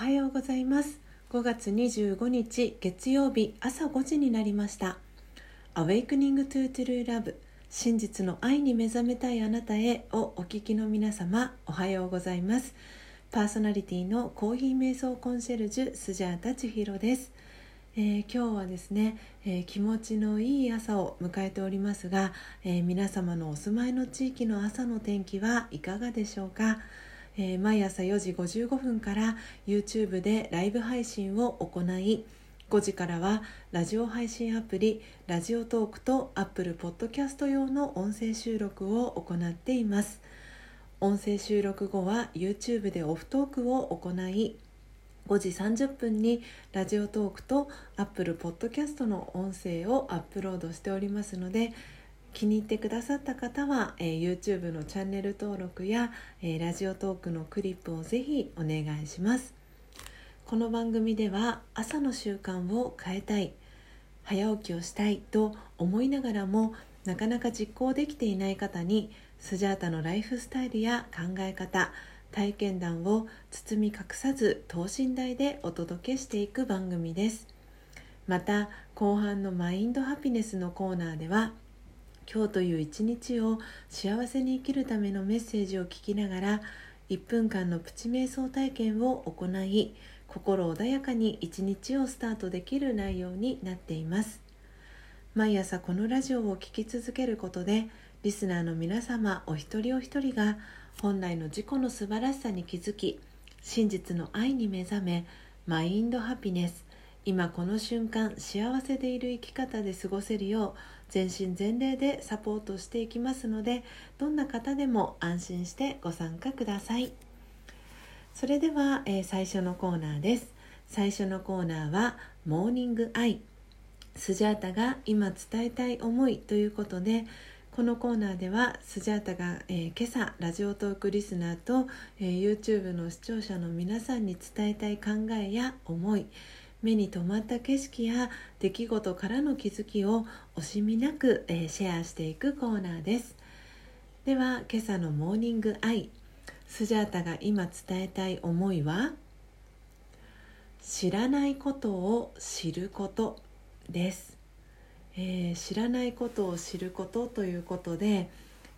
はようございます。5月25日月曜日朝5時になりました。 Awakening to True Love 真実の愛に目覚めたいあなたへをお聞きの皆様、おはようございます。パーソナリティのコーヒー瞑想コンシェルジュスジャータ千尋です。今日はですね、気持ちのいい朝を迎えておりますが、皆様のお住まいの地域の朝の天気はいかがでしょうか。毎朝4時55分から YouTube でライブ配信を行い、5時からはラジオ配信アプリラジオトークと Apple Podcast 用の音声収録を行っています。音声収録後は YouTube でオフトークを行い、5時30分にラジオトークと Apple Podcast の音声をアップロードしておりますので、気に入ってくださった方は、YouTube のチャンネル登録や、ラジオトークのクリップをぜひお願いします。この番組では朝の習慣を変えたい、早起きをしたいと思いながらもなかなか実行できていない方に、スジャータのライフスタイルや考え方、体験談を包み隠さず等身大でお届けしていく番組です。また後半のマインドハピネスのコーナーでは、今日という一日を幸せに生きるためのメッセージを聞きながら1分間のプチ瞑想体験を行い、心穏やかに一日をスタートできる内容になっています。毎朝このラジオを聞き続けることで、リスナーの皆様お一人お一人が本来の自己の素晴らしさに気づき、真実の愛に目覚め、マインドハピネス、今この瞬間幸せでいる生き方で過ごせるよう全身全霊でサポートしていきますので、どんな方でも安心してご参加ください。それでは、最初のコーナーです。最初のコーナーはモーニングアイ、スジャータが今伝えたい思いということで、このコーナーではスジャータが、今朝ラジオトークリスナーと、YouTube の視聴者の皆さんに伝えたい考えや思い、目に留まった景色や出来事からの気づきを惜しみなく、シェアしていくコーナーです。では今朝のモーニングアイ、スジャータが今伝えたい思いは、知らないことを知ることです。知らないことを知ることということで、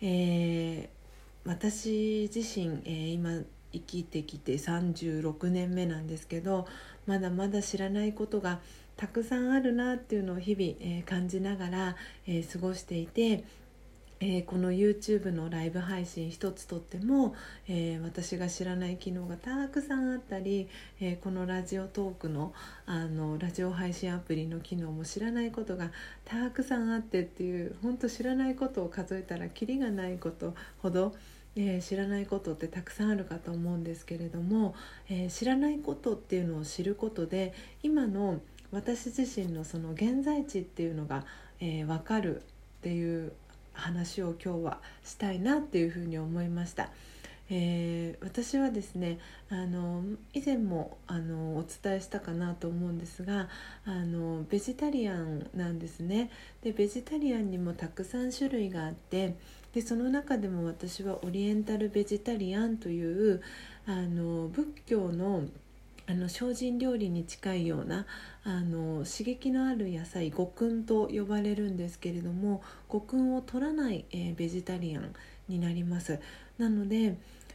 私自身、今生きてきて36年目なんですけど、まだまだ知らないことがたくさんあるなっていうのを日々、感じながら、過ごしていて、この YouTube のライブ配信一つとっても、私が知らない機能がたくさんあったり、このラジオトークの、ラジオ配信アプリの機能も知らないことがたくさんあってっていう、本当知らないことを数えたらキリがないことほど、知らないことってたくさんあるかと思うんですけれども、知らないことっていうのを知ることで、今の私自身のその現在地っていうのが、分かるっていう話を今日はしたいなっていうふうに思いました。私はですね、以前もお伝えしたかなと思うんですが、ベジタリアンなんですね。でベジタリアンにもたくさん種類があって、でその中でも私はオリエンタルベジタリアンという仏教の精進料理に近いような刺激のある野菜、五燻と呼ばれるんですけれども、五燻を取らない、ベジタリアンになります。なので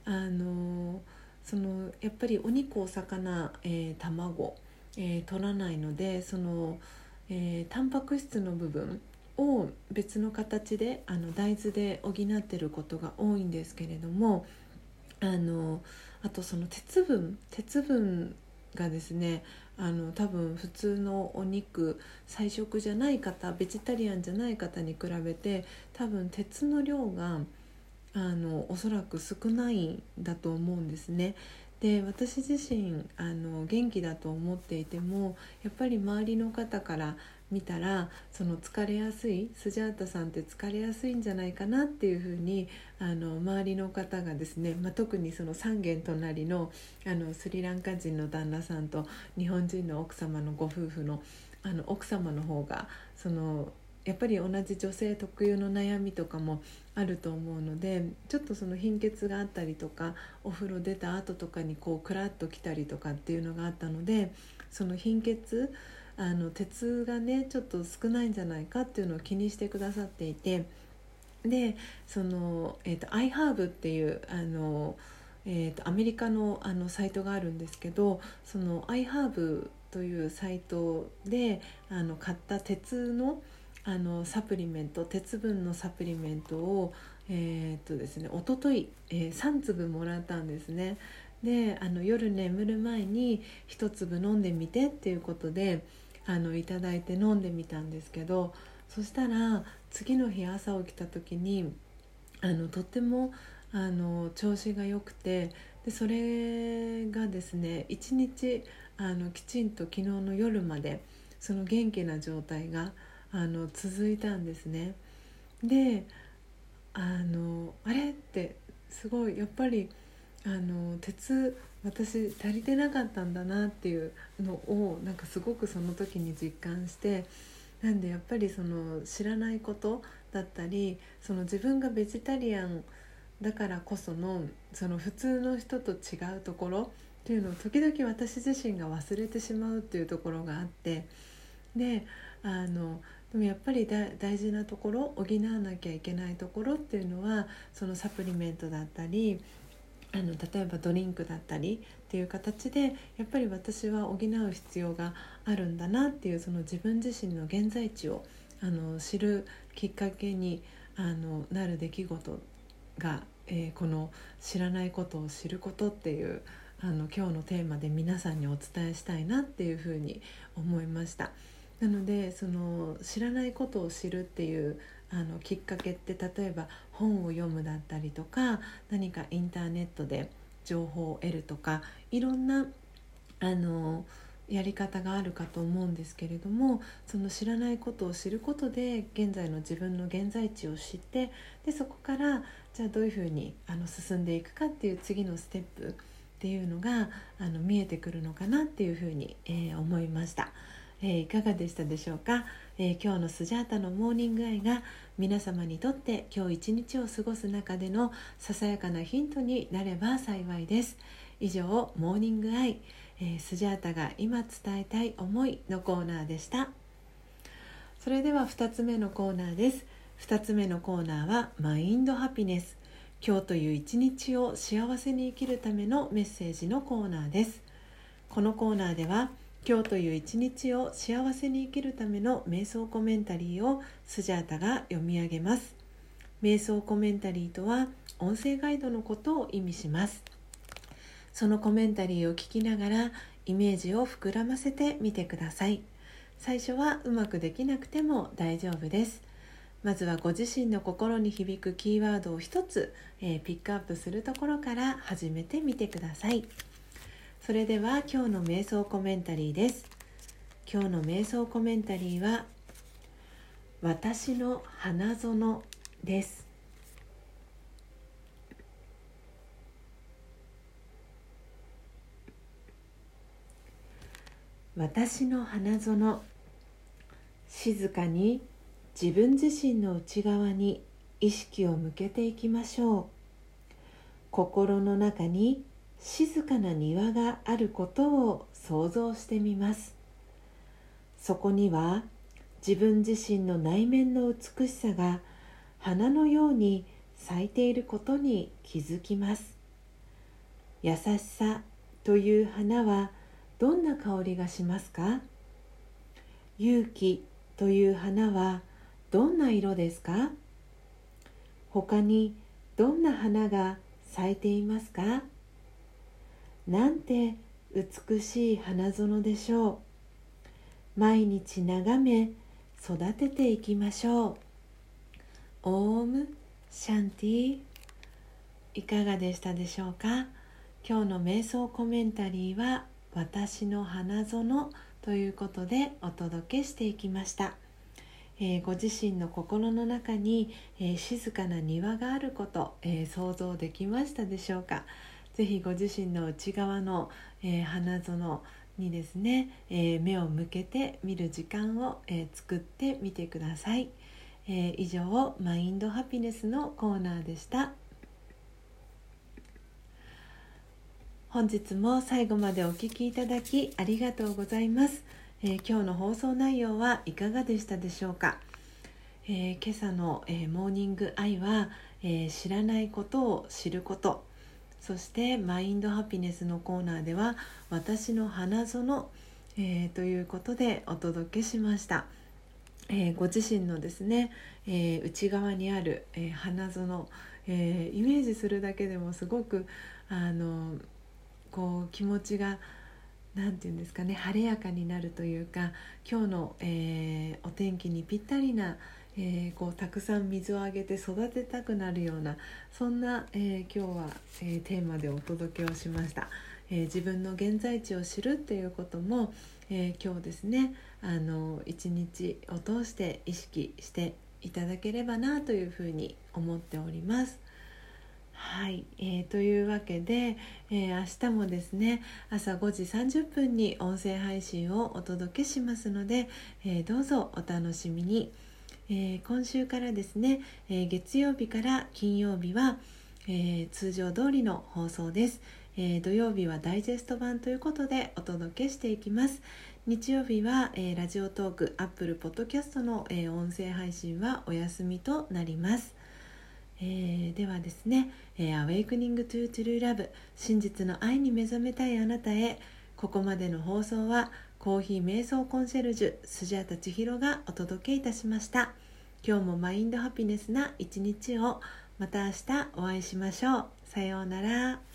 やっぱりお肉、お魚、卵、取らないので、タンパク質の部分を別の形で大豆で補っていることが多いんですけれども、あとその鉄分がですね、多分普通のお肉菜食じゃない方、ベジタリアンじゃない方に比べて多分鉄の量がおそらく少ないんだと思うんですね。で私自身元気だと思っていても、やっぱり周りの方から見たら、その疲れやすい、スジャータさんって疲れやすいんじゃないかなっていうふうに周りの方がですね、特にその3軒隣のスリランカ人の旦那さんと日本人の奥様のご夫婦の奥様の方がやっぱり同じ女性特有の悩みとかもあると思うので、ちょっとその貧血があったりとか、お風呂出た後とかにこうクラッときたりとかっていうのがあったので、その貧血、鉄がねちょっと少ないんじゃないかっていうのを気にしてくださっていて、でその、iHerb っていうアメリカの、サイトがあるんですけど、その iHerb というサイトで買った鉄の、サプリメント、鉄分のサプリメントをですね、一昨日、3粒もらったんですね。で夜眠る前に1粒飲んでみてっていうことでいただいて飲んでみたんですけど、そしたら次の日朝起きた時にとっても調子が良くて、でそれがですね1日きちんと昨日の夜までその元気な状態が続いたんですね。であれってすごいやっぱり鉄私足りてなかったんだなっていうのをなんかすごくその時に実感して、なんでやっぱりその知らないことだったり、その自分がベジタリアンだからこそのその普通の人と違うところっていうのを時々私自身が忘れてしまうっていうところがあって、ででもやっぱり大事なところ、補わなきゃいけないところっていうのはそのサプリメントだったり例えばドリンクだったりっていう形でやっぱり私は補う必要があるんだなっていう、その自分自身の現在地を知るきっかけになる出来事が、この知らないことを知ることっていう今日のテーマで皆さんにお伝えしたいなっていうふうに思いました。なのでその知らないことを知るっていうきっかけって、例えば本を読むだったりとか、何かインターネットで情報を得るとか、いろんなやり方があるかと思うんですけれども、その知らないことを知ることで現在の自分の現在地を知って、でそこからじゃあどういうふうに進んでいくかっていう次のステップっていうのが見えてくるのかなっていうふうに、思いました。いかがでしたでしょうか。今日のスジャータのモーニングアイが皆様にとって今日一日を過ごす中でのささやかなヒントになれば幸いです。以上、モーニングアイ、スジャータが今伝えたい思いのコーナーでした。それでは2つ目のコーナーです。2つ目のコーナーはマインドハピネス。今日という一日を幸せに生きるためのメッセージのコーナーです。このコーナーでは今日という一日を幸せに生きるための瞑想コメンタリーをスジャータが読み上げます。瞑想コメンタリーとは音声ガイドのことを意味します。そのコメンタリーを聞きながらイメージを膨らませてみてください。最初はうまくできなくても大丈夫です。まずはご自身の心に響くキーワードを一つ、ピックアップするところから始めてみてください。それでは今日の瞑想コメンタリーです。今日の瞑想コメンタリーは私の花園です。私の花園。静かに自分自身の内側に意識を向けていきましょう。心の中に静かな庭があることを想像してみます。そこには自分自身の内面の美しさが花のように咲いていることに気づきます。優しさという花はどんな香りがしますか？勇気という花はどんな色ですか？他にどんな花が咲いていますか？なんて美しい花園でしょう。毎日眺め育てていきましょう。オームシャンティ。いかがでしたでしょうか。今日の瞑想コメンタリーは私の花園ということでお届けしていきました。ご自身の心の中に、静かな庭があること、想像できましたでしょうか。ぜひご自身の内側の、花園にですね、目を向けて見る時間を、作ってみてください。以上、マインドハピネスのコーナーでした。本日も最後までお聞きいただきありがとうございます。今日の放送内容はいかがでしたでしょうか。今朝の、モーニングアイは、知らないことを知ること、そしてマインドハピネスのコーナーでは私の花園、ということでお届けしました。ご自身のですね、内側にある、花園、イメージするだけでもすごくこう気持ちがなんていうんですかね、晴れやかになるというか、今日の、お天気にぴったりな、こうたくさん水をあげて育てたくなるような、そんな、今日は、テーマでお届けをしました。自分の現在地を知るっていうことも、今日ですね、一日を通して意識していただければなというふうに思っております。はい、というわけで、明日もですね、朝5時30分に音声配信をお届けしますので、どうぞお楽しみに。今週からですね、月曜日から金曜日は、通常通りの放送です。土曜日はダイジェスト版ということでお届けしていきます。日曜日は、ラジオトーク、Apple Podcast の、音声配信はお休みとなります。ではですね、Awakening to True Love 真実の愛に目覚めたいあなたへ、ここまでの放送はコーヒー瞑想コンシェルジュスジャータ千尋がお届けいたしました。今日もマインドハピネスな一日を。また明日お会いしましょう。さようなら。